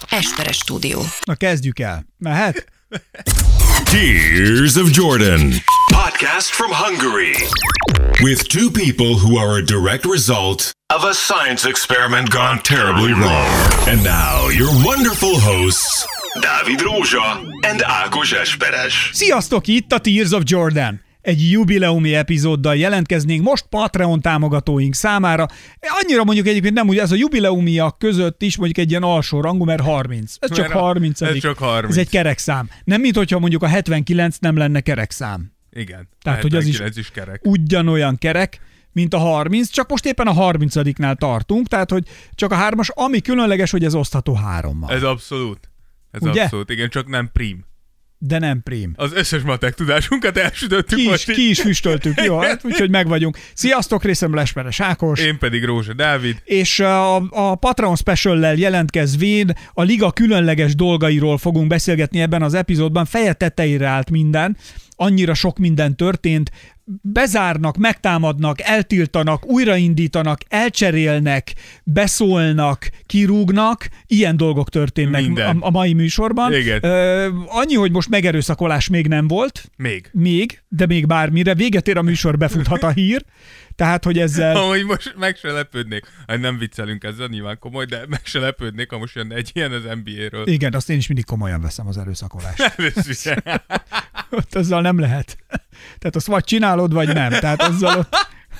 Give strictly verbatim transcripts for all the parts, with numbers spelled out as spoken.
Esperes Stúdió. Na kezdjük el. Mehet? Tears of Jordan, podcast from Hungary, with two people who are a direct result of a science experiment gone terribly wrong. And now your wonderful hosts, Dávid Rózsa and Ákos Esperes. Sziasztok, itt a Tears of Jordan. Egy jubileumi epizóddal jelentkeznénk most Patreon támogatóink számára. Annyira mondjuk egyébként nem úgy, ez a jubileumiak között is mondjuk egy ilyen alsó rangú, mert harminc. Ez csak harminc. Ez csak harminc. Ez egy kerekszám. Nem, mint hogyha mondjuk a hetvenkilenc nem lenne kerekszám. Igen. Tehát, hogy az is, is kerek. Ugyanolyan kerek, mint a harminc, csak most éppen a harmincadiknál tartunk, tehát, hogy csak a hármas, ami különleges, hogy ez osztható hárommal. Ez abszolút. Ez Ugye? abszolút, igen, csak nem prim. De nem prím. Az összes matek tudásunkat elsütöttük Ki is, most. ki is füstöltük, jó, hát, úgyhogy meg vagyunk. Sziasztok, részemről Esperes Ákos. Én pedig Rózsa Dávid. És a, a Patreon Special-lel jelentkezvén a liga különleges dolgairól fogunk beszélgetni ebben az epizódban. Feje tetejére állt minden, annyira sok minden történt. Bezárnak, megtámadnak, eltiltanak, újraindítanak, elcserélnek, beszólnak, kirúgnak. Ilyen dolgok történnek a, a mai műsorban. Igen. Uh, annyi, hogy most megerőszakolás még nem volt. Még. Még, de még bármire. Véget ér a műsor, befuthat a hír. Tehát, hogy ezzel... Ahogy most meg se lepődnék. Hát nem viccelünk ezzel, nyilván komoly, de meg se lepődnék, ha most jönne egy ilyen az en bé á-ről. Igen, azt én is mindig komolyan veszem az erőszakolást. Ott azzal nem lehet. Tehát azt vagy csinálod, vagy nem. Tehát azzal ott...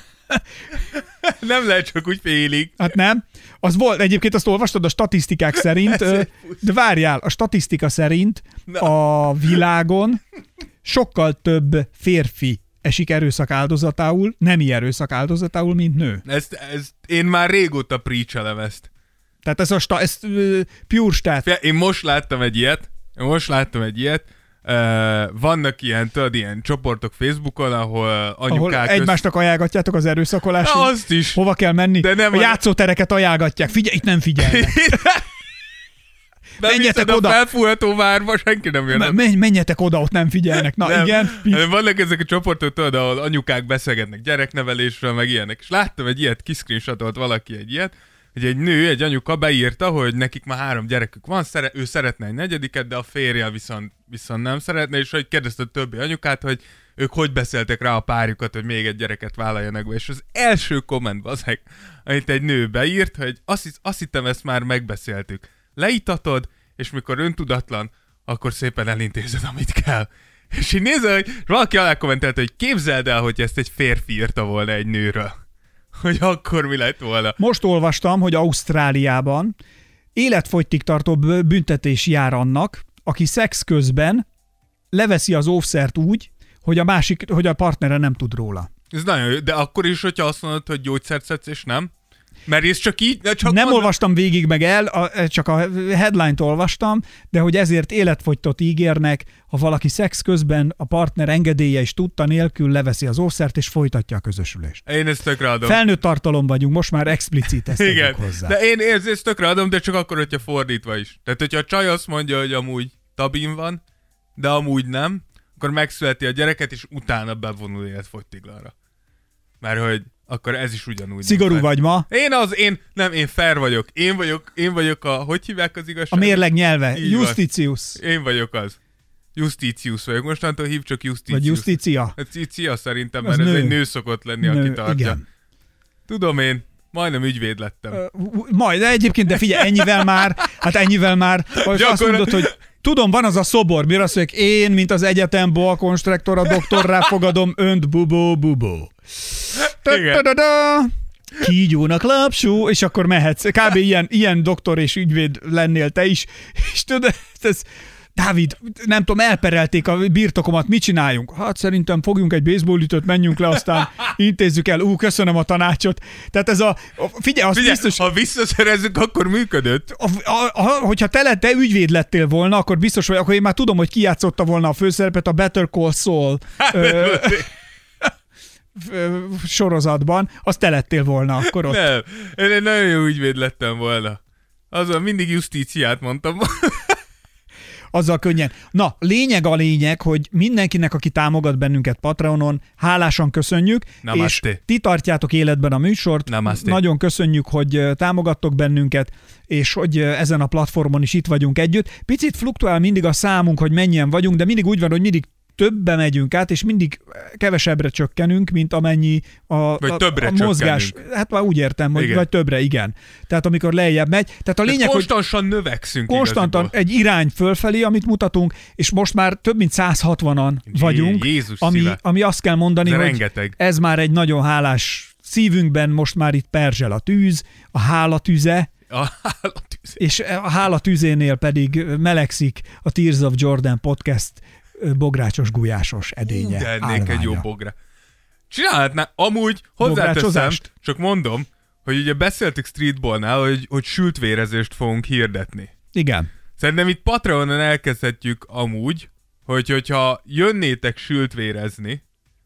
Nem lehet csak úgy félig. Hát nem. Az volt, egyébként azt olvastad a statisztikák szerint, de várjál, a statisztika szerint a világon sokkal több férfi esik erőszak áldozatául, nemi erőszak áldozatául, mint nő. Ezt, ezt én már régóta preachelem ezt. Tehát ez a sta, ez uh, pure stat. Én most láttam egy ilyet, én most láttam egy ilyet, uh, vannak ilyen, tudod, ilyen csoportok Facebookon, ahol anyukák... Ahol egymásnak köz... ajánlgatjátok az erőszakolást. Azt is. Hova kell menni? De nem a játszótereket ajánlgatják. Figyelj, itt nem figyelnek. Menjetek oda. A felfújható várba senki nem jön. Menj, menjetek oda, ott nem figyelnek. Na nem. igen. Vannak ezek a csoportok, tudod, ahol anyukák beszélgetnek gyereknevelésről, meg ilyenek. És láttam egy ilyet, kiszcreenshotolt valaki egy ilyet, hogy egy nő, egy anyuka beírta, hogy nekik már három gyerekük van, szere- ő szeretne egy negyediket, de a férje viszont, viszont nem szeretne, és hogy kérdezte a többi anyukát, hogy ők hogy beszéltek rá a párjukat, hogy még egy gyereket vállaljanak be. És az első kommentben az, amit egy nő beírt, hogy azt, hisz, azt hittem, ezt már megbeszéltük. Leítatod, és mikor öntudatlan, akkor szépen elintézed, amit kell. És így nézem, hogy valaki alá kommentelte, hogy képzeld el, hogy ezt egy férfi írta volna egy nőről. Hogy akkor mi lett volna. Most olvastam, hogy Ausztráliában életfogytig tartó büntetés jár annak, aki szex közben leveszi az óvszert úgy, hogy a másik, hogy a partnere nem tud róla. Ez nagyon jó, de akkor is, hogyha azt mondod, hogy gyógyszert szedsz, és nem? Mert ez csak így... Csak nem mondom. Olvastam végig meg el, a, csak a headline-t olvastam, de hogy ezért életfogytot ígérnek, ha valaki szex közben a partner engedélye és tudta nélkül leveszi az óvszert és folytatja a közösülést. Én ezt tökre adom. Felnőtt tartalom vagyunk, most már explicit ezt igen, hozzá. De én ezt tökre adom, de csak akkor, hogyha fordítva is. Tehát, hogyha a csaj azt mondja, hogy amúgy tabin van, de amúgy nem, akkor megszületi a gyereket, és utána bevonul életfogytiglanra. Mert hogy akkor ez is ugyanúgy. Szigorú vagy ma. Én az, én, nem, én fair vagyok. Én vagyok, én vagyok a, hogy hívják az igazság? A mérleg nyelve. Justitius. Én vagyok az. Justitius vagyok. Mostantól hív csak Justitius. Vagy Justicia. Justia szerintem, mert az ez nő. Egy nő szokott lenni, nő, aki tartja. Igen. Tudom én, majdnem ügyvéd lettem. Uh, majd, de egyébként, de figyelj, ennyivel már, hát ennyivel már, hogy azt mondod, hogy tudom, van az a szobor, mire azt mondják, én, mint az egyetem boa konstruktora, doktorrá fogadom önt, bubó, bubó. Kígyónak lapsú, és akkor mehetsz. Kb. ilyen, ilyen doktor és ügyvéd lennél te is. És tudod, ez... Dávid, nem tudom, elperelték a birtokomat, mit csináljunk? Hát szerintem fogjunk egy baseballütőt, menjünk le, aztán intézzük el. Ú, köszönöm a tanácsot. Tehát ez a... Figyelj, az Figyelj, biztos... ha visszaszerezzük, akkor működött. A, a, a, hogyha te, te ügyvéd lettél volna, akkor biztos, hogy akkor én már tudom, hogy ki játszotta volna a főszerepet a Better Call Saul ö, ö, sorozatban. Azt te lettél volna akkor ott. Nem, én egy nagyon jó ügyvéd lettem volna. Azon mindig Justiciát mondtam. azzal könnyen. Na, lényeg a lényeg, hogy mindenkinek, aki támogat bennünket Patreonon, hálásan köszönjük, Namaste. és ti tartjátok életben a műsort. Namaste. Nagyon köszönjük, hogy támogattok bennünket, és hogy ezen a platformon is itt vagyunk együtt. Picit fluktuál mindig a számunk, hogy mennyien vagyunk, de mindig úgy van, hogy mindig többe megyünk át, és mindig kevesebbre csökkenünk, mint amennyi a, vagy a, többre a mozgás. csökkenünk. Hát már úgy értem, hogy igen. vagy többre, igen. Tehát amikor lejjebb megy. Tehát a lényeg, de hogy konstantan növekszünk konstantan igaziból. egy irány fölfelé, amit mutatunk, és most már több mint száz hatvanan Jé, vagyunk, Jézus ami, szíve. ami azt kell mondani, Ez hogy rengeteg. ez már egy nagyon hálás szívünkben, most már itt perzsel a tűz, a hála tüze, A állatűzé. és a hála tüzénél pedig melegszik a Tears of Jordan podcast bográcsos gulyásos edénye. De ennék egy jó állványa. bogra. Csinálhatná, amúgy hozzáteszem, Bográcsozást? csak mondom, hogy ugye beszéltük Streetballnál, hogy, hogy sültvérezést fogunk hirdetni. Igen. Szerintem itt Patreonon elkezdhetjük amúgy, hogy hogyha jönnétek sültvérezni,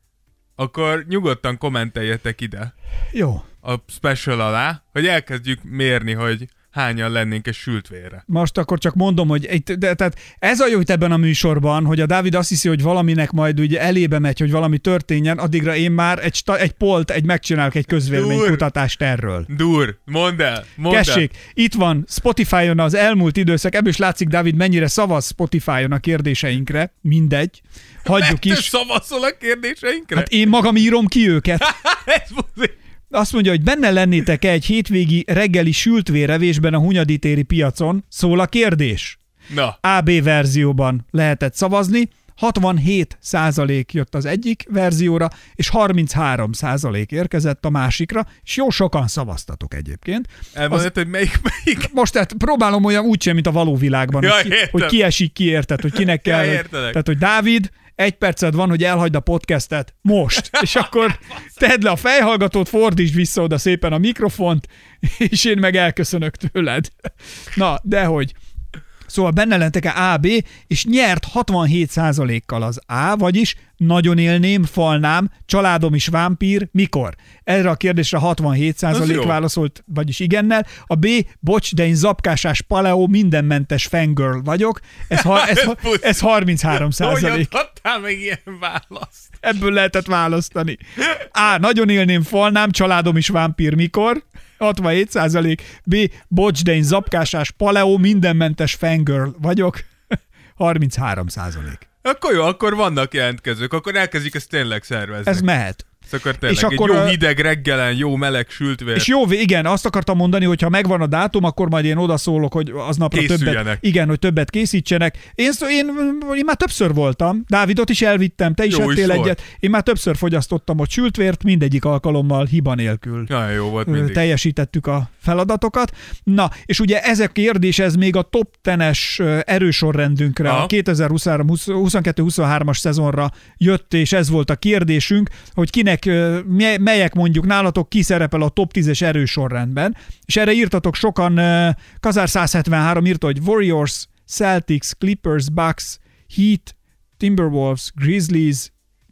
akkor nyugodtan kommenteljetek ide Jó. a special alá, hogy elkezdjük mérni, hogy hányan lennénk egy sültvérre. Most akkor csak mondom, hogy egy, de, tehát ez a jó itt ebben a műsorban, hogy a Dávid azt hiszi, hogy valaminek majd ugye elébe megy, hogy valami történjen, addigra én már egy, sta, egy polt, egy megcsinálok egy közvéleménykutatást erről. Dur, mondd el, mondd el. Kessék, itt van Spotify-on az elmúlt időszak, ebből is látszik, Dávid, mennyire szavaz Spotify-on a kérdéseinkre, mindegy. Hagyjuk Te is. szavazol a kérdéseinkre? Hát én magam írom ki őket. Ez buzi. Azt mondja, hogy benne lennétek-e egy hétvégi reggeli sültvérevésben a Hunyadi téri piacon? Szól a kérdés. Na, á bé verzióban lehetett szavazni, hatvanhét százalék jött az egyik verzióra, és harminchárom százalék érkezett a másikra, és jó sokan szavaztatok egyébként. elmondod, hogy melyik, melyik? Most tehát próbálom olyan úgysem, mint a való világban, Ja, hogy, ki, értem. hogy ki esik, ki érted, hogy kinek kell. Ja, hogy- értelek. tehát, hogy Dávid, egy perced van, hogy elhagyd a podcastet most, és akkor tedd le a fejhallgatót, fordítsd vissza oda szépen a mikrofont, és én meg elköszönök tőled. Na, dehogy. Szóval benne lentek A, B, és nyert hatvanhét százalékkal az A, vagyis nagyon élném, falnám, családom is vámpír, mikor? Erre a kérdésre hatvanhét százalék jó. válaszolt, vagyis igennel. A B, bocs, de én zapkásás paleo, mindenmentes fangirl vagyok. Ez, ha, ez, ha, ez harminchárom Hogy százalék. adtál meg ilyen választ? Ebből lehetett választani. A, nagyon élném, falnám, családom is vámpír, mikor? hatvanhét százalék. B, bocs, de én zapkásás paleo, mindenmentes fangirl vagyok. harminchárom százalék. Akkor jó, akkor vannak jelentkezők, akkor elkezdjük ezt tényleg szervezni. Ez mehet. Ez akkor tényleg és egy akkor jó a- hideg reggelen, jó meleg sültvér. És jó, igen, azt akartam mondani, hogy ha megvan a dátum, akkor majd én odaszólok, hogy aznapra többet, Készüljenek. igen, hogy többet készítsenek. Én, szó- én, én már többször voltam, Dávidot is elvittem, te is Jó is ettél volt. egyet. Én már többször fogyasztottam ott sültvért, mindegyik alkalommal hiba nélkül. Nagyon jó volt Ö, mindig. teljesítettük a feladatokat. Na, és ugye ez a kérdés, ez még a top tízes ö, erősorrendünkre, Aha. a kétezer-huszonkettő huszonhármas szezonra jött, és ez volt a kérdésünk, hogy kinek, ö, mely- melyek mondjuk nálatok ki szerepel a top tízes erősorrendben, és erre írtatok sokan, ö, Kazár száz hetvenhárom írta, hogy Warriors, Celtics, Clippers, Bucks, Heat, Timberwolves, Grizzlies,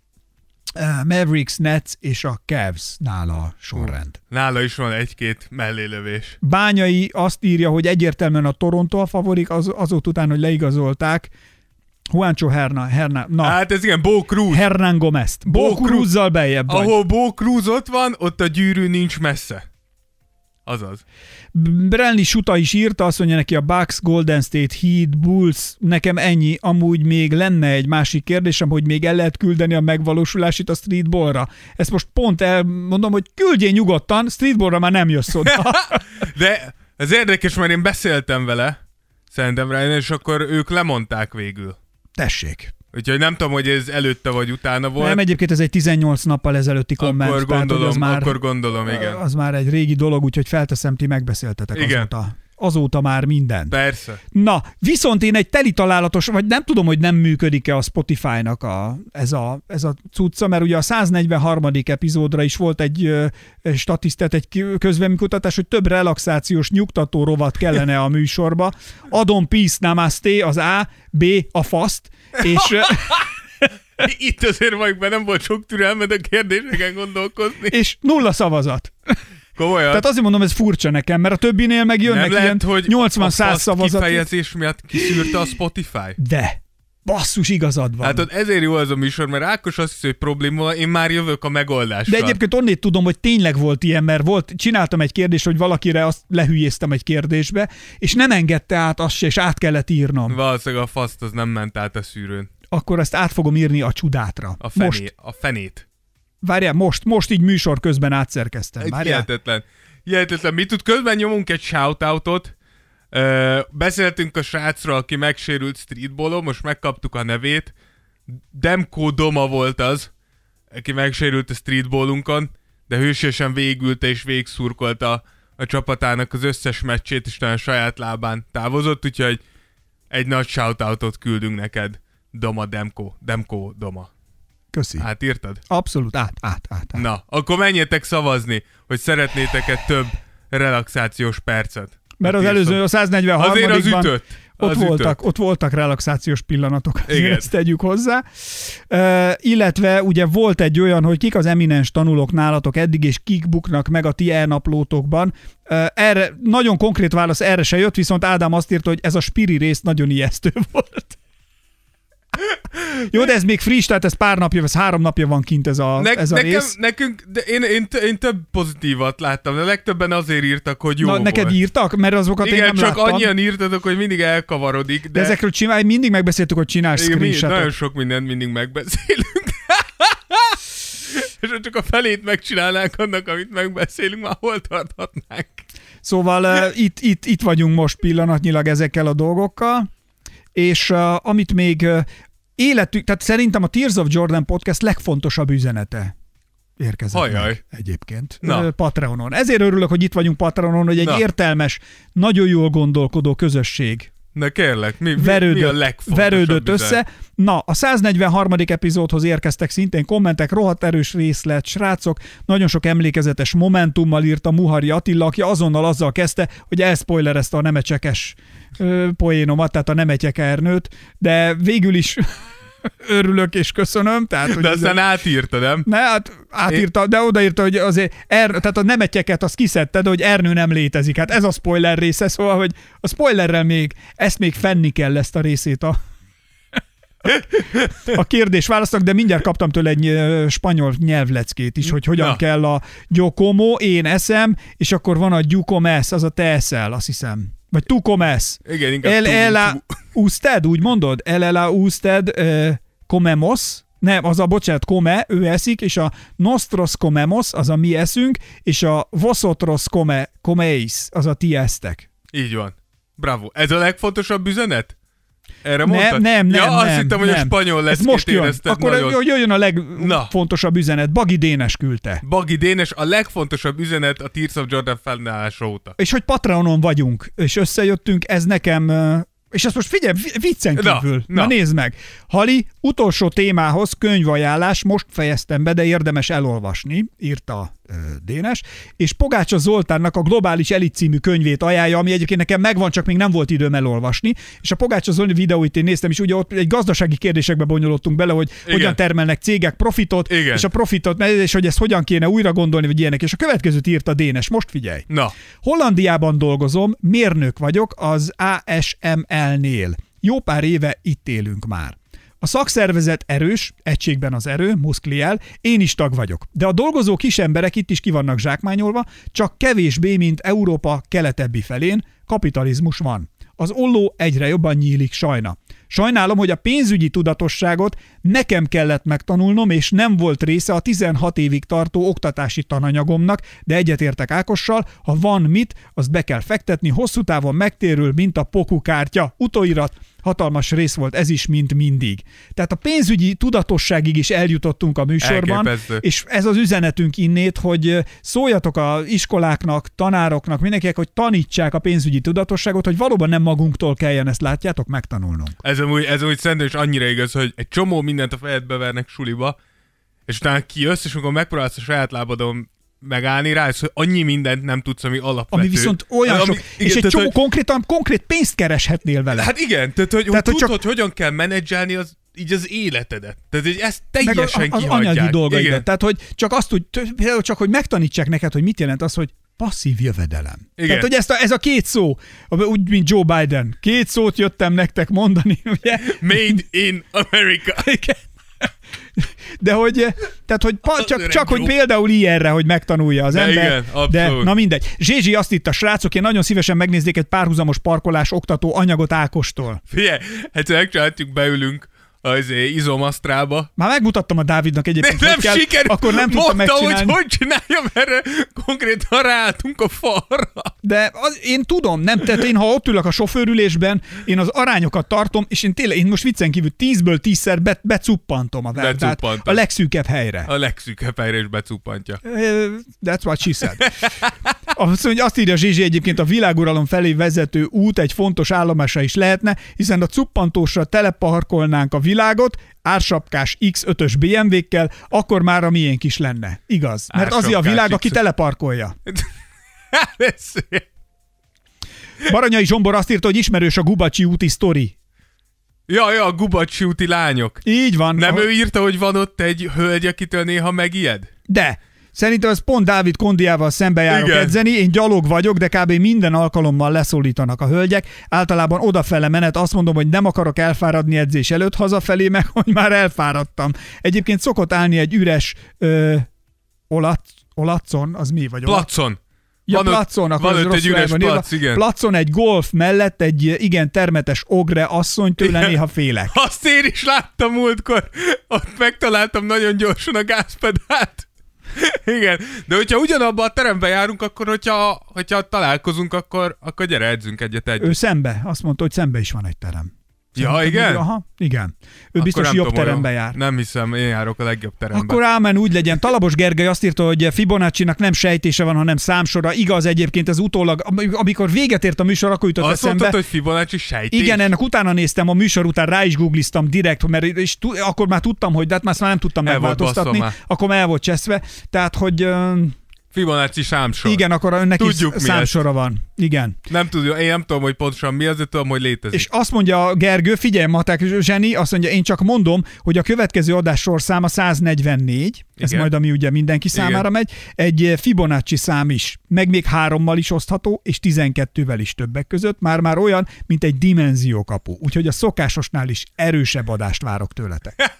ö, Mavericks, Nets és a Cavs nála a sorrend. Nála is van egy-két mellélövés. Bányai azt írja, hogy egyértelműen a Toronto a favorik, az, azóta után, hogy leigazolták Juancho Herna, Herna, na, Hát ez igen, Bo Cruz. Hernán Gomezt. Bo Bo Cruz. Cruzzal beljebb vagy. Ahol Bo Cruz ott van, ott a gyűrű nincs messze. Azaz. Brenly Suta is írta, azt mondja neki a Bucks, Golden State, Heat, Bulls, nekem ennyi, amúgy még lenne egy másik kérdésem, hogy még el lehet küldeni a megvalósulásit a streetballra. Ezt most pont elmondom, hogy küldjél nyugodtan, streetballra már nem jössz oda. De ez érdekes, mert én beszéltem vele, szerintem rá, és akkor ők lemondták végül. Tessék. Úgyhogy nem tudom, hogy ez előtte vagy utána volt. Nem, egyébként ez egy tizennyolc nappal ezelőtti komment. akkor tehát, hogy gondolom, az már, akkor gondolom, igen. Az már egy régi dolog, úgyhogy felteszem, ti megbeszéltetek Igen. azóta. Azóta már minden. Persze. Na, viszont én egy teli találatos, vagy nem tudom, hogy nem működik-e a Spotify-nak a, ez, a, ez a cucca, mert ugye a száznegyvenharmadik epizódra is volt egy ö, statisztát, egy közvéleménykutatás, hogy több relaxációs nyugtató rovat kellene a műsorba. Adom peace, namaste az A, B a faszt, és... ö, Itt azért vagyok, mert nem volt sok türelmed a kérdéseken gondolkozni. és nulla szavazat. Komolyan? Tehát azért mondom, ez furcsa nekem, mert a többinél meg jönnek nem lehet, ilyen hogy nyolcvan-száz szavazat. kifejezés miatt kiszűrte a Spotify? De. Basszus, igazad van. Hát ott ezért jó ez a műsor, mert Ákos azt hiszi, hogy probléma van, én már jövök a megoldással. De egyébként onnét tudom, hogy tényleg volt ilyen, mert volt, csináltam egy kérdést, hogy valakire azt lehülyéztem egy kérdésbe, és nem engedte át azt se, és át kellett írnom. Valószínűleg a faszt az nem ment át a szűrőn. Akkor ezt át fogom írni a csudátra. A, fené, most. a fenét. Várjál, most, most így műsor közben átszerkeztem. Várjál. Hihetetlen. Hihetetlen. Mi tud, közben nyomunk egy shoutoutot. Uh, beszéltünk a srácról, aki megsérült streetballon, most megkaptuk a nevét. Demko Doma volt az, aki megsérült a streetballunkon, de hősiesen végülte és végszurkolta a csapatának az összes meccsét, és talán saját lábán távozott, úgyhogy egy nagy shoutoutot küldünk neked. Doma Demko. Demko Doma. Köszi. Átírtad? Abszolút, át, át, át, át. Na, akkor menjetek szavazni, hogy szeretnétek-e több relaxációs percet. Mert az előző, a száznegyvenharmadikban Azért az ütött. Ott, az voltak, ütött. ott voltak relaxációs pillanatok, Igen. ezt tegyük hozzá. Uh, illetve ugye volt egy olyan, hogy kik az eminens tanulók nálatok eddig, és kik buknak meg a ti elnaplótokban. Uh, erre nagyon konkrét válasz erre se jött, viszont Ádám azt írta, hogy ez a Spiri rész nagyon ijesztő volt. Jó, de ez még friss, tehát ez pár napja, ez három napja van kint ez a, ne, ez a nekem, rész. Nekünk, de én, én, én több pozitívat láttam, de legtöbben azért írtak, hogy jó Na, volt. neked írtak? Mert azokat Igen, én nem csak láttam. annyian írtatok, hogy mindig elkavarodik. De, De ezekről csinálj, mindig megbeszéltük, hogy csinálsz igen, mi, screenshotot. nagyon sok mindent mindig megbeszélünk. És ha csak a felét megcsinálnánk annak, amit megbeszélünk, már hol tarthatnánk. Szóval uh, itt, itt, itt vagyunk most pillanatnyilag ezekkel a dolgokkal, és uh, amit még uh, életük, tehát szerintem a Tears of Jordan podcast legfontosabb üzenete érkezett Ajaj. meg egyébként Na. uh, Patreonon. Ezért örülök, hogy itt vagyunk Patreonon, hogy egy Na. értelmes, nagyon jól gondolkodó közösség Na kérlek, mi, mi, verődött, mi a legfontosabb verődött üzenet? össze. Na, a száznegyvenharmadik epizódhoz érkeztek szintén kommentek, rohadt erős részlet, srácok, nagyon sok emlékezetes momentummal írt a Muhari Attila, aki azonnal azzal kezdte, hogy elspoilerezte a nemecsekes ö, poénomat, tehát a Nemetyek Ernőt, de végül is örülök és köszönöm. Tehát, hogy De aztán átírta, nem? Ne, hát átírta, de odaírta, hogy azért er, tehát a nemetyeket azt kiszedted, hogy Ernő nem létezik. Hát ez a spoiler része, szóval, hogy a spoilerrel még, ezt még fenni kell, ezt a részét a, a kérdés választak, de mindjárt kaptam tőle egy ö, spanyol nyelvleckét is, hogy hogyan Na. kell a gyokomo, én eszem, és akkor van a gyukomesz, az a te eszel, azt hiszem. Vagy tu comes. Igen, inkább El, tú- el a tú- usted, úgy mondod? El, el a usted uh, comemos? Nem, az a, bocsánat, come, ő eszik, és a nostros comemos, az a mi eszünk, és a vosotros come, comeis, az a ti esztek. Így van. Bravo. Ez a legfontosabb üzenet? Erre Nem, mondtad? nem, nem, Ja, azt nem, hittem, hogy nem. a spanyol Ez leckét most jön. érezted Akkor nagyon. jöjjön a Na. legfontosabb üzenet. Bagi Dénes küldte. Bagi Dénes, a legfontosabb üzenet a Tears of Jordan felnállása óta. És hogy Patreonon vagyunk, és összejöttünk, ez nekem... ö, És ezt most figyelj, viccen kívül. Na, na. na nézd meg. Hali, utolsó témához könyvajánlás, most fejeztem be, de érdemes elolvasni, írta ö, Dénes, és Pogácsa Zoltánnak a Globális Elit című könyvét ajánlja, ami egyébként nekem megvan, csak még nem volt időm elolvasni, és a Pogácsa Zoltán videóit én néztem, és ugye ott egy gazdasági kérdésekbe bonyolódtunk bele, hogy Igen. hogyan termelnek cégek profitot, Igen. és a profitot, és hogy ezt hogyan kéne újra gondolni, vagy ilyenek, és a következőt írta Dénes, most figyelj. Na, Hollandiában dolgozom, mérnök vagyok az á es em el-nél. Jó pár éve itt élünk már. A szakszervezet erős, egységben az erő, muszkliel, én is tag vagyok. De a dolgozó kis emberek itt is ki vannak zsákmányolva, csak kevésbé, mint Európa keletebbi felén, kapitalizmus van. Az olló egyre jobban nyílik sajna. Sajnálom, hogy a pénzügyi tudatosságot nekem kellett megtanulnom, és nem volt része a tizenhat évig tartó oktatási tananyagomnak, de egyetértek Ákossal, ha van mit, azt be kell fektetni, hosszú távon megtérül, mint a pokukártya. Utóirat, hatalmas rész volt ez is, mint mindig. Tehát a pénzügyi tudatosságig is eljutottunk a műsorban, Elképesztő. és ez az üzenetünk innét, hogy szóljatok az iskoláknak, tanároknak, mindenkinek, hogy tanítsák a pénzügyi tudatosságot, hogy valóban nem magunktól kelljen, ezt látjátok, megtanulnunk. ez amúgy, ez amúgy szerintem is annyira igaz, hogy egy csomó mindent a fejedbe vernek suliba, és utána kijössz, és amikor megpróbálsz a saját lábadon megállni, rájössz, hogy annyi mindent nem tudsz, ami alapvető. Ami viszont olyan ami, sok, igen, és egy tehát, csomó hogy- konkrétan, konkrét pénzt kereshetnél vele. Hát igen, tehát hogy, Tehát, hogy hogy tudod, csak- hogy hogyan kell menedzselni az, így az életedet. Tehát hogy ezt meg teljesen az, az kihagyják. anyagi dolgaidat. Igen. Tehát, hogy csak azt, hogy, például csak, hogy megtanítsák neked, hogy mit jelent az, hogy passzív jövedelem. Igen. Tehát, hogy ezt a, ez a két szó, úgy, mint Joe Biden, két szót jöttem nektek mondani, ugye? Made in America. Igen. De hogy, tehát, hogy pa, csak, csak hogy például ilyenre, hogy megtanulja az de ember. Igen, de na mindegy. Zsuzsi azt itt a srácok, én nagyon szívesen megnéznék egy párhuzamos parkolás oktató anyagot Ákostól. Figyelj, egyszer megcsináljuk, beülünk az izomasztrába. Már megmutattam a Dávidnak egyébként, de nem hogy kell, sikerült. akkor nem tudtam Mondta, megcsinálni. hogy hogy csináljam, erre konkrétan ráálltunk a falra. De az, én tudom, nem, tehát én ha ott ülök a sofőrülésben, én az arányokat tartom, és én tényleg, én most viccen kívül tízből tízszer be, becuppantom a vert, tehát a legszűkebb helyre. A legszűkebb helyre is becuppantja. That's what she said. Azt, mondja, azt írja Zsizsi egyébként, a világuralom felé vezető út egy fontos állomásra is lehetne, hiszen a cuppantósra teleparkolnánk a világot, ársapkás iksz ötös bé em vé-kkel, akkor már a miénk is lenne. Igaz? Mert azért a világ, aki teleparkolja. Baranyai Zsombor azt írta, hogy ismerős a Gubacsi úti sztori. Ja, ja, a Gubacsi úti lányok. Így van. Nem a... ő írta, hogy van ott egy hölgy, akitől néha megijed? De. Szerintem ez pont Dávid Kondiával szembe járok Igen. edzeni, én gyalog vagyok, de kb. Minden alkalommal leszólítanak a hölgyek. Általában odafele menet, azt mondom, hogy nem akarok elfáradni edzés előtt, hazafelé meg, hogy már elfáradtam. Egyébként szokott állni egy üres ö, olac, olacon, az mi vagy? Placon. Ja, van placon, ott, van ott egy üres plac, igen. Placon egy golf mellett egy igen termetes ogre asszony, tőle igen. Néha félek. Azt én is láttam múltkor, ott megtaláltam nagyon gyorsan a gázpedált. Igen, de hogyha ugyanabban a teremben járunk, akkor hogyha, hogyha találkozunk, akkor, akkor gyere, edzünk egyet együtt. Ő szembe, azt mondta, hogy szembe is van egy terem. Ja, igen? Aha, igen. Ő akkor biztos jobb tudom, teremben olyan. jár. Nem hiszem, én járok a legjobb teremben. Akkor ámen úgy legyen. Talabos Gergely azt írta, hogy Fibonacci-nak nem sejtése van, hanem számsora. Igaz egyébként ez utólag, amikor véget ért a műsor, akkor jutott azt eszembe. Azt mondtad, hogy Fibonacci sejtés? Igen, ennek utána néztem a műsor után, rá is googliztam direkt, mert és t- akkor már tudtam, hogy de hát már nem tudtam el megváltoztatni. Akkor el volt cseszve. Tehát, hogy... Fibonacci számsor. Igen, akkor önnek Tudjuk is számsora ezt. Van. Igen. Nem tudom, én nem tudom, hogy pontosan mi, azért tudom, hogy létezik. És azt mondja a Gergő, figyelj, matek zseni, azt mondja, én csak mondom, hogy a következő adás sorszáma száznegyvennégy, ez igen. majd, ami ugye mindenki számára igen. megy, egy Fibonacci szám is, meg még hárommal is osztható, és tizenkettővel is többek között, már-már olyan, mint egy dimenziókapu. Úgyhogy a szokásosnál is erősebb adást várok tőletek.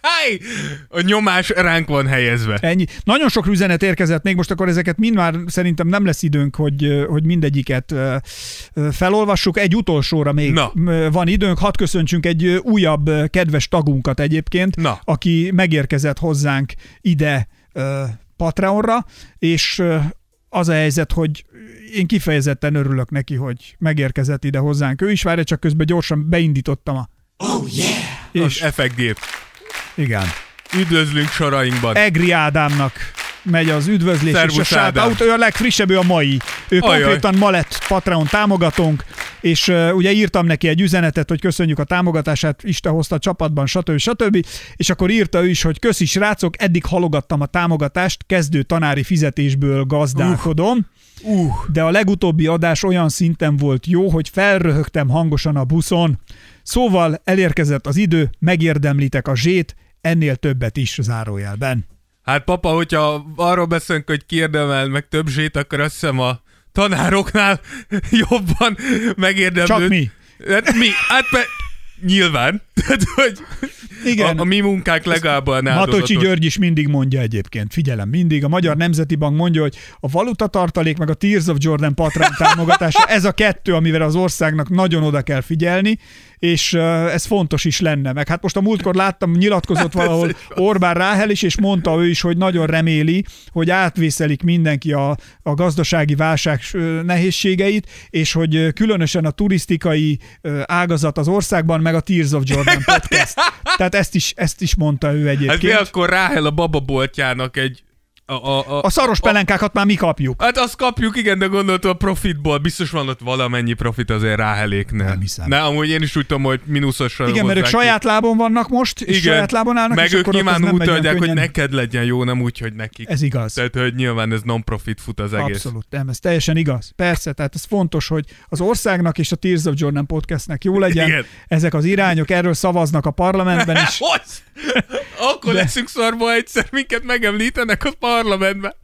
A nyomás ránk van helyezve. Ennyi. Nagyon sok üzenet érkezett még, most akkor ezeket mind már szerintem nem lesz időnk, hogy, hogy mindegyiket felolvassuk. Egy utolsóra még Na. van időnk. Hadd köszöntsünk egy újabb kedves tagunkat egyébként, Na. aki megérkezett hozzánk ide Patreonra, és az a helyzet, hogy én kifejezetten örülök neki, hogy megérkezett ide hozzánk. Ő is várja, csak közben gyorsan beindítottam a... Oh yeah! És... Az effektgép. Igen. Üdvözlünk sorainkban. Egri Ádámnak megy az üdvözlés, Szervusz, és a shout-out, ő a legfrissebb, ő a mai. Ő Ajaj. konkrétan ma lett Patreon támogatónk, és uh, ugye írtam neki egy üzenetet, hogy köszönjük a támogatását, Isten hozta a csapatban, stb. stb. És akkor írta ő is, hogy köszi srácok, eddig halogattam a támogatást, kezdő tanári fizetésből gazdálkodom, uh. Uh. de a legutóbbi adás olyan szinten volt jó, hogy felröhögtem hangosan a buszon. Szóval elérkezett az idő, megérdemlitek a zsét, ennél többet is zárójelben. Hát papa, hogyha arról beszélünk, hogy kiérdemel meg több zsét, akkor azt hiszem a tanároknál jobban megérdemlő. Csak mi? Hát mi? Hát pe... Nyilván. Tehát, hogy igen. A, a mi munkák legalább olyan áldozatos. Matocsi György is mindig mondja egyébként. Figyelem, mindig. A Magyar Nemzeti Bank mondja, hogy a valutatartalék meg a Tears of Jordan Patreon támogatása, ez a kettő, amivel az országnak nagyon oda kell figyelni, és uh, ez fontos is lenne. Meg hát most a múltkor láttam, nyilatkozott valahol Orbán Ráhel is, és mondta ő is, hogy nagyon reméli, hogy átvészelik mindenki a, a gazdasági válság nehézségeit, és hogy különösen a turisztikai ágazat az országban, meg a Tears of Jordan podcast. Tehát ezt is, ezt is mondta ő egyébként. Hát mi akkor Ráhel a bababoltjának egy A, a, a, a szaros pelenkákat már mi kapjuk. Hát azt kapjuk, igen, de gondoltam a profitból. Biztos van ott valamennyi profit azért Ráheléknél. Nem hiszem. Ne, amúgy én is úgy tudom, hogy mínuszosra. Igen, mert ők saját lábon vannak most, és igen, saját lábon állnak, meg és ők akkor nyilván úgy adják, hogy könnyen... neked legyen jó, nem úgy, hogy nekik. Ez igaz. Tehát, hogy nyilván ez non-profit fut az egész. Abszolút, nem, ez teljesen igaz. Persze, tehát ez fontos, hogy az országnak és a Tears of Jordan podcastnek jó legyen. Igen. Ezek az irányok, erről szavaznak a parlamentben is. Akkor de... leszünk szarba egyszer, minket megemlítenek a parlamentben.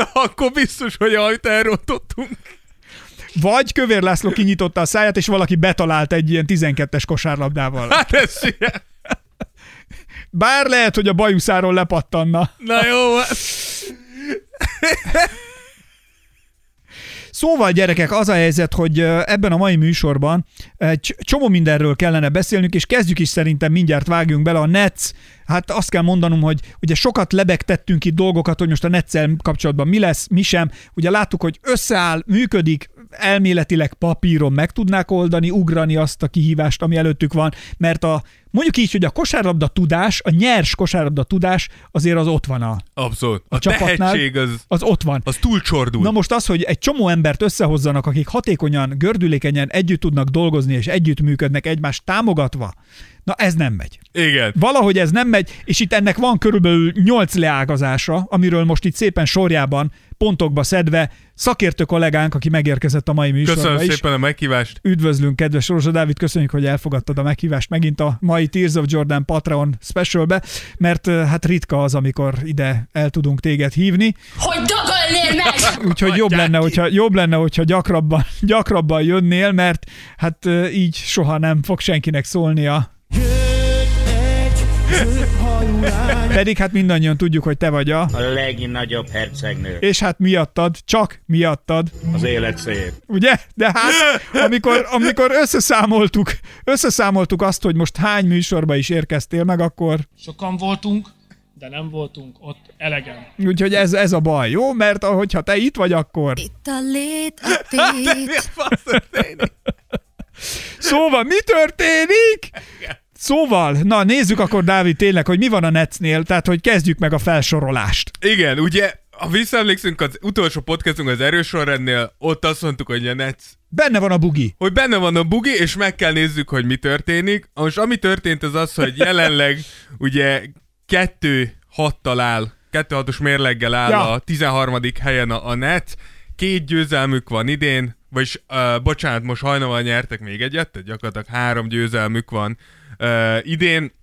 Na, akkor biztos, hogy ajta elrontottunk. Vagy Kövér László kinyitotta a száját, és valaki betalált egy ilyen tizenkettes kosárlabdával. Hát ez ilyen. Bár lehet, hogy a bajuszáról lepattanna. Na jó. Szóval gyerekek, az a helyzet, hogy ebben a mai műsorban egy csomó mindenről kellene beszélnünk, és kezdjük is szerintem, mindjárt vágjunk bele a Nets. Hát azt kell mondanom, hogy ugye sokat lebegtettünk itt dolgokat, hogy most a Netszel kapcsolatban mi lesz, mi sem. Ugye láttuk, hogy összeáll, működik, elméletileg papíron meg tudnák oldani, ugrani azt a kihívást, ami előttük van, mert a mondjuk így, hogy a kosárlabda tudás, a nyers kosárlabda tudás azért az ott van a, Abszolút. a, A csapatnál. tehetség az, az ott van. az túlcsordul. Na most az, hogy egy csomó embert összehozzanak, akik hatékonyan, gördülékenyen együtt tudnak dolgozni, és együtt működnek egymást támogatva, na ez nem megy. Igen. Valahogy ez nem megy, és itt ennek van körülbelül nyolc leágazása, amiről most itt szépen sorjában, pontokba szedve szakértő kollégánk, aki megérkezett a mai műsorba Köszönöm is. szépen a meghívást. Üdvözlünk, kedves Rózsa Dávid, köszönjük, hogy elfogadtad a meghívást megint a mai Tears of Jordan Patreon specialbe, mert hát ritka az, amikor ide el tudunk téged hívni. Hogy dagolnél meg! Úgyhogy jobb lenne, hogyha, jobb lenne, hogyha gyakrabban, gyakrabban jönnél, mert hát így soha nem fog senkinek szólnia. Pedig hát mindannyian tudjuk, hogy te vagy a... A legnagyobb hercegnő. És hát miattad, csak miattad. Az élet szép. Ugye? De hát, amikor, amikor összeszámoltuk, összeszámoltuk azt, hogy most hány műsorba is érkeztél meg, akkor... Sokan voltunk, de nem voltunk ott elegen. Úgyhogy ez, ez a baj, jó? Mert ahogyha te itt vagy, akkor... Itt a lét, a tét. Szóval mi történik? Szóval, na nézzük akkor, Dávid, tényleg, hogy mi van a Netsnél, tehát hogy kezdjük meg a felsorolást. Igen, ugye, ha visszaemlékszünk az utolsó podcastunk az erősorrendnél, ott azt mondtuk, hogy a Nets, Benne van a bugi. hogy benne van a bugi, és meg kell nézzük, hogy mi történik. Most ami történt az az, hogy jelenleg ugye kettő hattal áll, kettő hatos mérleggel áll Ja. a tizenharmadik helyen a, a Nets, két győzelmük van idén, vagyis, uh, bocsánat, most hajnalban nyertek még egyet, tehát gyakorlatilag három győzelmük van uh, idén.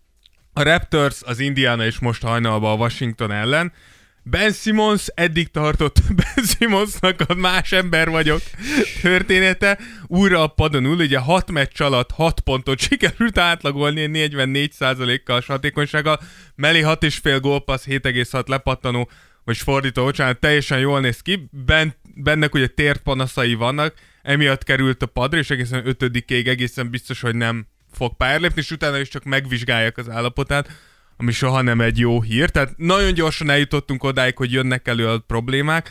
A Raptors, az Indiana és most hajnalban a Washington ellen. Ben Simmons eddig tartott Ben Simmonsnak a más ember vagyok története. Újra a padon ül, ugye hat meccs alatt hat pontot sikerült átlagolni, negyvennégy százalékkal hatékonysággal. Mellé hat és fél gólpassz, hét egész hat lepattanó, vagy fordító, bocsánat, teljesen jól néz ki. Ben, bennek ugye tért panaszai vannak, emiatt került a padra, és egészen ötödikéig egészen biztos, hogy nem fog pályára lépni, és utána is csak megvizsgálják az állapotát, ami soha nem egy jó hír. Tehát nagyon gyorsan eljutottunk odáig, hogy jönnek elő a problémák,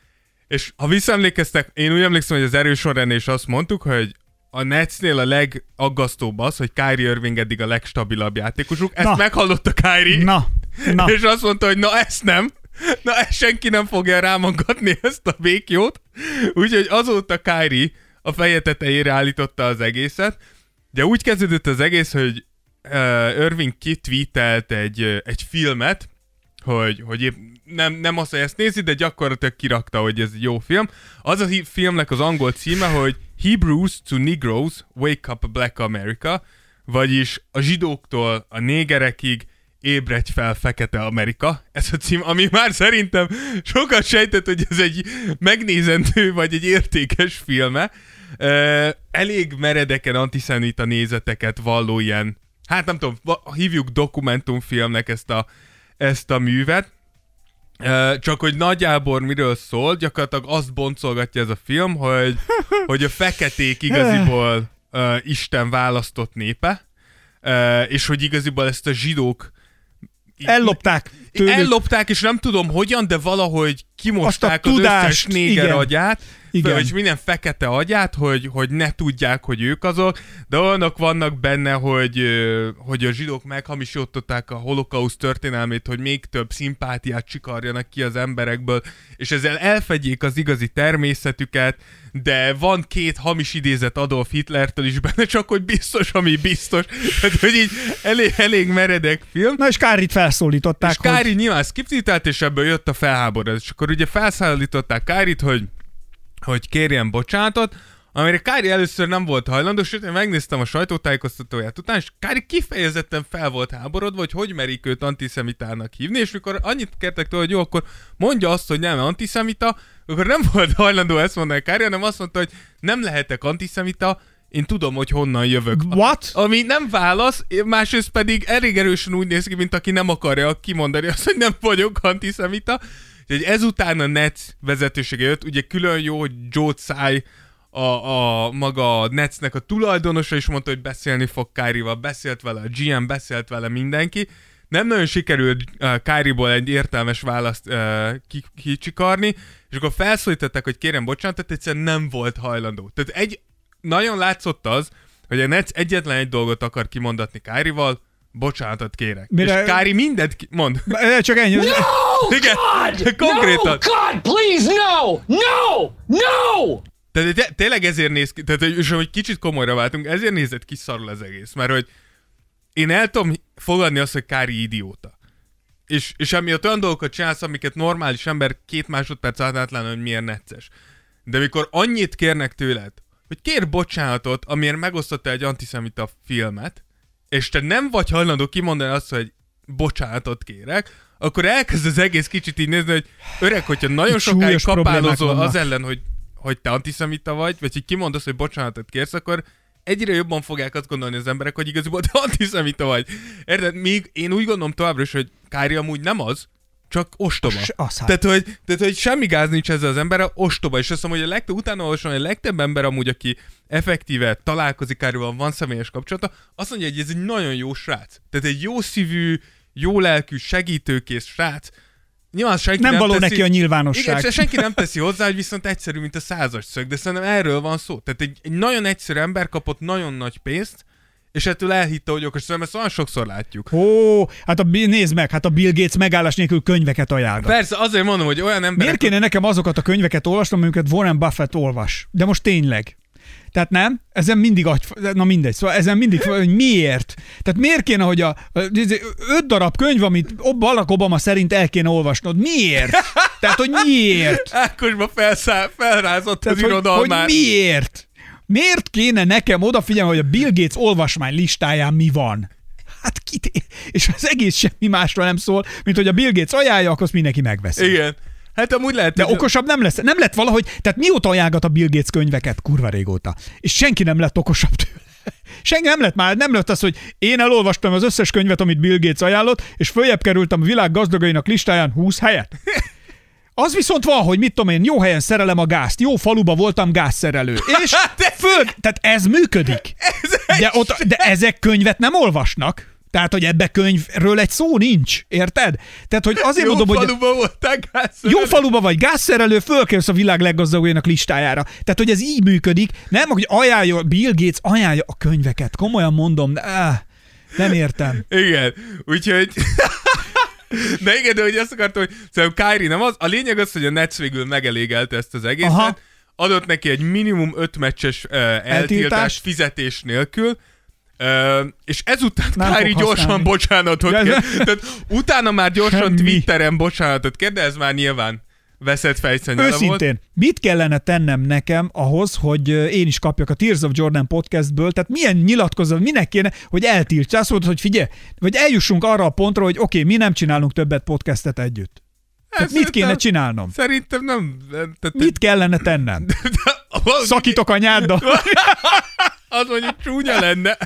és ha visszaemlékeztek, én úgy emlékszem, hogy az erősorrendnél is azt mondtuk, hogy a Netsnél a legaggasztóbb az, hogy Kyrie Irving eddig a legstabilabb játékosuk. Ezt Na. meghallotta Kyrie, Na, na. és azt mondta, hogy na ezt nem, na ezt senki nem fogja rámongatni, ezt a békjót. Úgyhogy azóta Kyrie a feje tetejére állította az egészet. De úgy kezdődött az egész, hogy uh, Irving kitweetelt egy, uh, egy filmet, hogy, hogy épp nem, nem azt, hogy ezt nézi, de gyakorlatilag kirakta, hogy ez egy jó film. Az a hi- filmnek az angol címe, hogy Hebrews to Negroes, Wake Up Black America, vagyis a zsidóktól a négerekig ébredj fel Fekete Amerika. Ez a cím, ami már szerintem sokat sejtett, hogy ez egy megnézendő, vagy egy értékes filme. Uh, elég meredeken antiszemita nézeteket valló ilyen, hát nem tudom, hívjuk dokumentumfilmnek ezt a, ezt a művet. Uh, csak hogy nagyjából miről szól, gyakorlatilag azt boncolgatja ez a film, hogy, hogy a feketék igaziból uh, Isten választott népe, uh, és hogy igaziból ezt a zsidók Ellopták tőlük. Ellopták, és nem tudom hogyan, de valahogy kimosták Azt a az tudást, összes néger igen. agyát, Igen. vagy minden fekete agyát, hogy, hogy ne tudják, hogy ők azok, de olyanok vannak benne, hogy, ö, hogy a zsidók meghamisították a holokauszt történelmét, hogy még több szimpátiát csikarjanak ki az emberekből, és ezzel elfedjék az igazi természetüket, de van két hamis idézet Adolf Hitlertől is benne, csak hogy biztos, ami biztos. Tehát, hogy így elég, elég meredek film. Na és Kárit felszólították, És Kári nyilván skipcitált, és ebből jött a felháborodás. És akkor ugye felszállították Kárit, hogy, hogy kérjen bocsánatot, amire Kári először nem volt hajlandó, sőt, én megnéztem a sajtótájékoztatóját után, és Kári kifejezetten fel volt háborodva, hogy hogy merik őt antiszemitának hívni, és mikor annyit kértek tőle, hogy jó, akkor mondja azt, hogy nem antiszemita, akkor nem volt hajlandó ezt mondani Kári, hanem azt mondta, hogy nem lehetek antiszemita, én tudom, hogy honnan jövök. What? Ami nem válasz, másrészt pedig elég erősen úgy néz ki, mint aki nem akarja kimondani azt, hogy nem vagyok antiszemita. Úgyhogy ezután a Nets vezetősége jött, ugye külön jó, hogy Joe Tsai, a, a maga a Netsnek a tulajdonosa is mondta, hogy beszélni fog Kyrie-val, beszélt vele a gé em, beszélt vele mindenki. Nem nagyon sikerült uh, Kyrie-ból egy értelmes választ uh, kicsikarni, és akkor felszólították, hogy kérem bocsánatot, egyszerűen nem volt hajlandó. Tehát egy, nagyon látszott az, hogy a Nets egyetlen egy dolgot akar kimondatni Kyrie-val, bocsánatot kérek. Mire... És Kyrie mindent ki... mond. Csak ennyi. No, igen, God! konkrétan. No, God, please, no! No! No! Tehát té- tényleg ezért néz ki, tehát és hogy kicsit komolyra váltunk, ezért nézett ki szarul az egész, mert hogy én el tudom fogadni azt, hogy Kyrie idióta. És, és emiatt olyan dolgokat csinálsz, amiket normális ember két másodperc alatt átlátna, hogy milyen necces. De mikor annyit kérnek tőled, hogy kér bocsánatot, amiért megosztotta egy antiszemita filmet, és te nem vagy hajlandó kimondani azt, hogy bocsánatot kérek, akkor elkezd az egész kicsit így nézni, hogy öreg, hogyha nagyon sokáig kapálozol az ellen, hogy, hogy te antiszemita vagy, vagy hogy kimondasz, hogy bocsánatot kérsz, akkor egyre jobban fogják azt gondolni az emberek, hogy igazából te antiszemita vagy. Érted? Még én úgy gondolom továbbra is, hogy Kyrie amúgy nem az, csak ostoba. Tehát hogy, tehát, hogy semmi gáz nincs ezzel az emberrel, ostoba. És azt mondom, hogy a legtöbb, utána olvasom, hogy a legtöbb ember amúgy, aki effektíve találkozik Kyrie-val, van személyes kapcsolata, azt mondja, hogy ez egy nagyon jó srác. Tehát egy jó szívű, jó lelkű, segítőkész srác. Nyilván senki nem, nem való teszi, neki a nyilvánosság. Igen, senki nem teszi hozzá, hogy viszont egyszerű, mint a százas szög, de szerintem erről van szó. Tehát egy, egy nagyon egyszerű ember kapott nagyon nagy pénzt, és ettől elhitte, hogy okos, szóval ezt olyan sokszor látjuk. Ó, hát a, nézd meg, hát a Bill Gates megállás nélkül könyveket ajánlott. Persze, azért mondom, hogy olyan emberek... Miért kéne nekem azokat a könyveket olvasnom, amiket Warren Buffett olvas? De most tényleg. Tehát nem? Ezen mindig agy... Na mindegy, szóval ezen mindig... Hogy miért? Tehát miért kéne, hogy a, a öt darab könyv, amit Barack Obama szerint el kéne olvasnod? Miért? Tehát, hogy miért? Ákosba felszáll, felrázott Tehát, az hogy, irodalmát. Hogy miért? Miért kéne nekem odafigyelni, hogy a Bill Gates olvasmány listáján mi van? Hát kit... És az egész semmi másról nem szól, mint hogy a Bill Gates ajánlja, akkor azt mindenki megveszi. Igen. Hát amúgy lehet... De hogy... okosabb nem lesz. Nem lett valahogy... Tehát mióta ajánlgat a Bill Gates könyveket? Kurva régóta. És senki nem lett okosabb tőle. Senki nem lett már, nem lett az, hogy én elolvastam az összes könyvet, amit Bill Gates ajánlott, és följebb kerültem a világ gazdagainak listáján húsz helyet. Az viszont van, hogy mit tudom én, jó helyen szerelem a gázt, jó faluba voltam gázszerelő. És föl, tehát ez működik. De, ott, de ezek könyvet nem olvasnak. Tehát, hogy ebbe könyvről egy szó nincs. Érted? Tehát, hogy azért jó mondom, hogy... Jó faluba voltál gázszerelő. Jó faluba vagy gázszerelő, fölkerülsz a világ leggazdagainak listájára. Tehát, hogy ez így működik. Nem, hogy ajánlja, Bill Gates ajánlja a könyveket. Komolyan mondom, de áh, nem értem. Igen. Úgyhogy... De igen, de hogy azt akartam, hogy szerintem Kyrie nem az. A lényeg az, hogy a Nets végül megelégelte ezt az egészet. Aha. Adott neki egy minimum öt meccses uh, eltiltást fizetés nélkül. Uh, és ezután nem Kyrie gyorsan használni. Bocsánatot kér. Tehát utána már gyorsan Semmi. Twitteren bocsánatot kér, de ez már nyilván veszett fejszennyele volt. Őszintén, mit kellene tennem nekem ahhoz, hogy én is kapjak a Tears of Jordan podcastből, tehát milyen nyilatkozat, minek kéne, hogy eltilts? Azt mondod, hogy figyelj, vagy eljussunk arra a pontra, hogy oké, okay, mi nem csinálunk többet podcastet együtt. Tehát mit kéne csinálnom? Szerintem nem... Tehát, mit kellene tennem? De, de, valami... Szakítok a nyáddal. Az mondjuk csúnya lenne.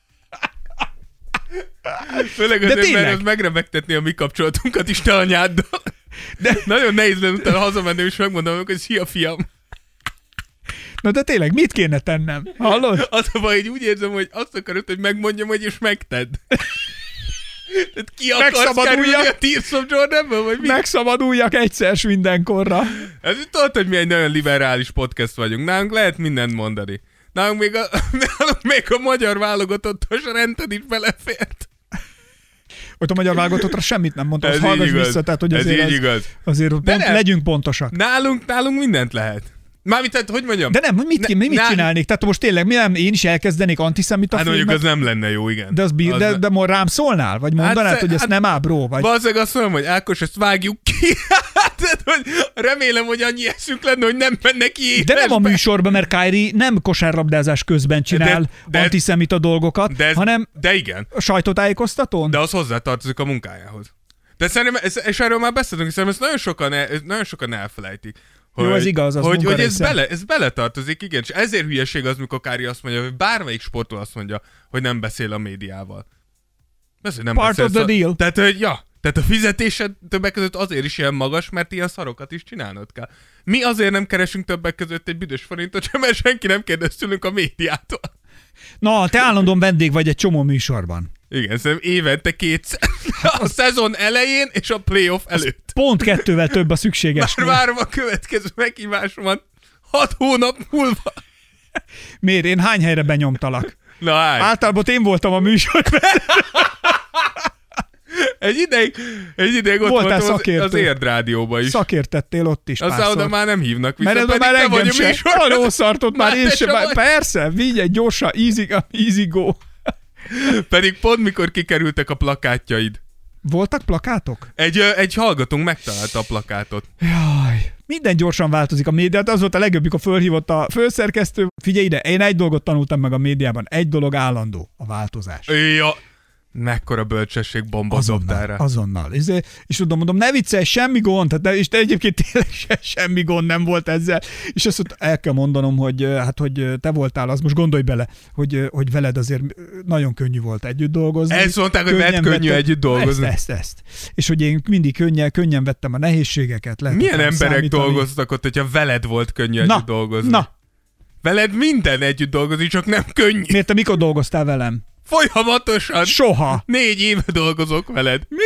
Főleg azért, mert az megremegtetné a mi kapcsolatunkat is te a nyáddal. De nagyon nehéz lenne utána hazamenni, és megmondom, hogy szia, fiam. Na de tényleg, mit kéne tennem? Hallod? Az a baj, hogy úgy érzem, hogy azt akarod, hogy megmondjam, hogy és megtedd. Tehát ki akarsz kerülni a Tears of Jordanből, vagy mi? Megszabaduljak egyszer mindenkorra. Ez itt tudod, hogy mi egy nagyon liberális podcast vagyunk. Nálunk lehet mindent mondani. Nálunk még a, nálunk még a magyar válogatottos rented is belefért. Ott a magyar válogatottra semmit nem mondtam, az hallgass vissza, tehát hogy azért, ez így igaz. azért pont, legyünk pontosak. Nálunk, nálunk mindent lehet. Mármint, tehát, hogy mondjam? De nem, mit, ne, mit nál... csinálnék? Tehát most tényleg mi nem, én is elkezdenék antiszemita hát filmet? mondjuk az nem lenne jó, igen. De, az bír, az de, ne... de most rám szólnál? Vagy mondanád, hát, hogy ezt hát, nem áll, bro? Vagy... Valószínűleg azt mondom, hogy Ákos, ezt vágjuk ki. Tehát, hogy remélem, hogy annyi eszünk lenne, hogy nem mennek ki De nem a étesbe. műsorban, mert Kyrie nem kosárlabdázás közben csinál De- de- antiszemita dolgokat, De, ez, hanem de igen. a sajtótájékoztatón. De az hozzátartozik a munkájához. De szerintem, ez, és erről már beszéltünk, szerintem ezt nagyon sokan, el, ezt nagyon sokan elfelejtik. Hogy, Jó, ez igaz, az hogy, hogy ez, munkarésze. bele, ez beletartozik, igen, és ezért hülyeség az, mikor Kyrie azt mondja, hogy bármelyik sportol azt mondja, hogy nem beszél a médiával. Ez, hogy nem Part beszélsz of the a- deal. Tehát, hogy ja, tehát a fizetésed többek között azért is ilyen magas, mert ilyen szarokat is csinálnod kell. Mi azért nem keresünk többek között egy büdös forintot sem, mert senki nem kérdez tőlünk a médiától. Na, te állandóan vendég vagy egy csomó műsorban. Igen, szerintem évente kétszer. A szezon elején és a playoff előtt. Pont kettővel több a szükséges. Már várom a következő meghívásomat hat hónap múlva. Miért? Én hány helyre benyomtalak? Na hány. Általában én voltam a műsorban. Egy ideig, egy ideig ott Voltál voltam az, szakértő. az Érd rádióban is. Szakértettél ott is Aztán párszor. oda már nem hívnak vissza, Mert pedig ebben már te vagy engem a se. műsorban. Aló szartott már, Már én te sem. se Már, vagy. persze, vigy egy gyorsan, easy, easy go. Pedig pont mikor kikerültek a plakátjaid. Voltak plakátok? Egy, ö, egy hallgatónk megtalálta a plakátot. Jaj. Minden gyorsan változik a médiát, az volt a legjobb, mikor fölhívott a főszerkesztő. Figyelj ide, én egy dolgot tanultam meg a médiában, egy dolog állandó, a változás. Ja, mekkora bölcsesség bombot dobtál rá. Azonnal. És, és tudom, mondom, ne viccelj, semmi gond, hát, és te egyébként tényleg se, semmi gond nem volt ezzel. És azt mondta, el kell mondanom, hogy hát, hogy te voltál az, most gondolj bele, hogy, hogy veled azért nagyon könnyű volt együtt dolgozni. Ezt mondták, hogy veled könnyű vettem- együtt dolgozni. Ezt, ezt, ezt. És hogy én mindig könnyen, könnyen vettem a nehézségeket. Lehet Milyen rám emberek számítani. dolgoztak ott, hogyha veled volt könnyű Na, együtt dolgozni? na, Veled minden együtt dolgozni, csak nem könnyű. miért te mikor dolgoztál velem? Folyamatosan. Soha. Négy éve dolgozok veled. Mi?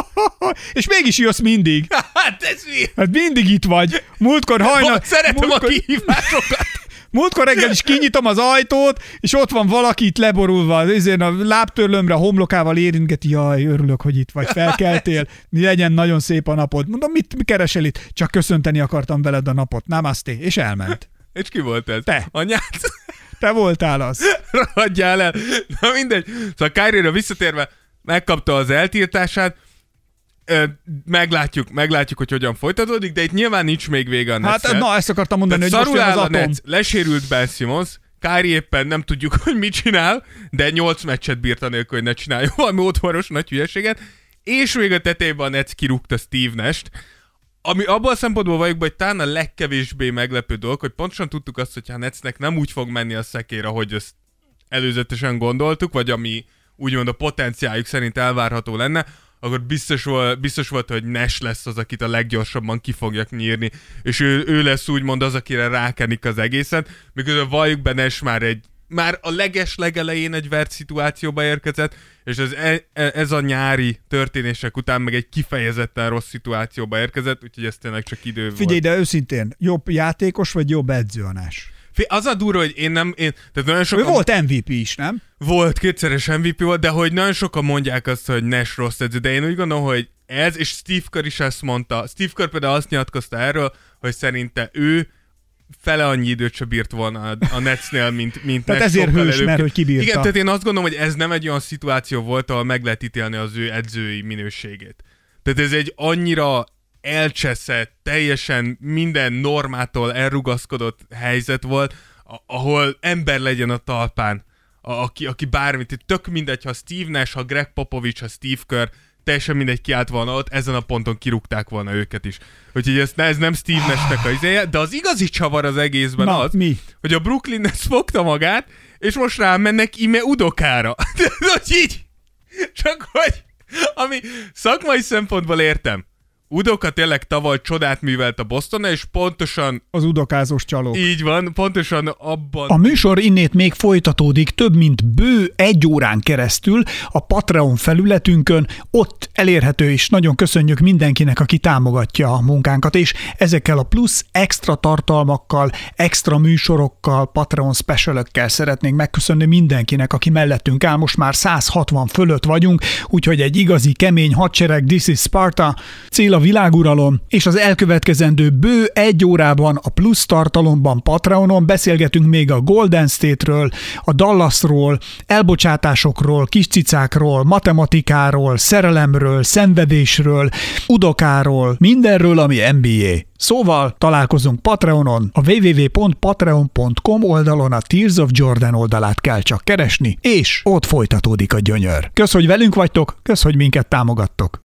És mégis jössz mindig. Hát ez mi? Hát mindig itt vagy. Múltkor hajnal... Szeretem múltkor, a kihívásokat. múltkor reggel is kinyitom az ajtót, és ott van valaki itt leborulva, ezért a lábtörlőmre a homlokával érintgeti. Jaj, örülök, hogy itt vagy, felkeltél. Mi legyen nagyon szép a napod. Mondom, mit mi keresel itt? Csak köszönteni akartam veled a napot. Namaste. És elment. És ki volt ez? Te. Anyád? Te voltál az. Ragadjál el. Na mindegy. Szóval Kyrie-ra visszatérve megkapta az eltiltását. Ö, meglátjuk, meglátjuk, hogy hogyan folytatódik, de itt nyilván nincs még vége a Hát Netszel. na, ezt akartam mondani, hogy most szarul jön az áll a atom. Nets, lesérült Ben Simmons, Kyrie éppen nem tudjuk, hogy mit csinál, de nyolc meccset bírt anélkül, hogy ne csináljon valami otthonros nagy hülyeséget, és még a tetejében a Nets kirúgta Steve Nash-t, ami abban a szempontból vagyok, hogy talán a legkevésbé meglepő dolog, hogy pontosan tudtuk azt, hogy a Netsnek nem úgy fog menni a szekér, ahogy ezt előzetesen gondoltuk, vagy ami úgymond a potenciáljuk szerint elvárható lenne, akkor biztos volt, biztos volt, hogy Nash lesz az, akit a leggyorsabban ki fogják nyírni, és ő, ő lesz úgymond az, akire rákenik az egészet, miközben valljuk be, Nash már egy már a leges legelején egy vert szituációba érkezett, és ez, ez a nyári történések után meg egy kifejezetten rossz szituációba érkezett, úgyhogy ez tényleg csak idő volt. Figyelj, de őszintén, jobb játékos vagy jobb edző a Nash? Az a durva, hogy én nem... Én, tehát nagyon Ő sokan, volt em vé pé is, nem? Volt, kétszeres em vé pé volt, de hogy nagyon sokan mondják azt, hogy Nash rossz edző, de én úgy gondolom, hogy ez, és Steve Kerr is ezt mondta. Steve Kerr például azt nyilatkozta erről, hogy szerinte ő fele annyi időt se bírt volna a, a Netsnél, mint, mint Tehát Nash. ezért sokkal hős, előbb. mert hogy kibírta. Igen, tehát én azt gondolom, hogy ez nem egy olyan szituáció volt, ahol meg lehet ítélni az ő edzői minőségét. Tehát ez egy annyira elcseszett, teljesen minden normától elrugaszkodott helyzet volt, ahol ember legyen a talpán, a, aki, aki bármit, tök mindegy, ha Steve Nash, ha Greg Popovich, ha Steve Kerr, teljesen mindegy kiállt volna ott, ezen a ponton kirúgták volna őket is. Úgyhogy ez, ez nem Steve Nash-nek a izéje, de az igazi csavar az egészben Na, az, mi? hogy a Brooklyn Nets fogta magát, és most rámennek Ime Udokára. Hogy így, csak hogy, ami szakmai szempontból értem. Udoka tényleg tavaly csodát művelt a Bostonnal, és pontosan Az udokázós csalók. így van, pontosan abban... A műsor innét még folytatódik több mint bő egy órán keresztül a Patreon felületünkön, ott elérhető is. Nagyon köszönjük mindenkinek, aki támogatja a munkánkat, és ezekkel a plusz extra tartalmakkal, extra műsorokkal, Patreon specialökkel szeretnénk megköszönni mindenkinek, aki mellettünk áll. Most már száz hatvan fölött vagyunk, úgyhogy egy igazi kemény hadsereg, This is Sparta. Cél a világuralom, és az elkövetkezendő bő egy órában a plusz tartalomban Patreonon beszélgetünk még a Golden State-ről, a Dallasról, elbocsátásokról, kiscicákról, matematikáról, szerelemről, szenvedésről, udokáról, mindenről, ami en bé á. Szóval találkozunk Patreonon, a double-u double-u double-u pont patreon pont com oldalon a Tears of Jordan oldalát kell csak keresni, és ott folytatódik a gyönyör. Kösz, hogy velünk vagytok, kösz, hogy minket támogattok.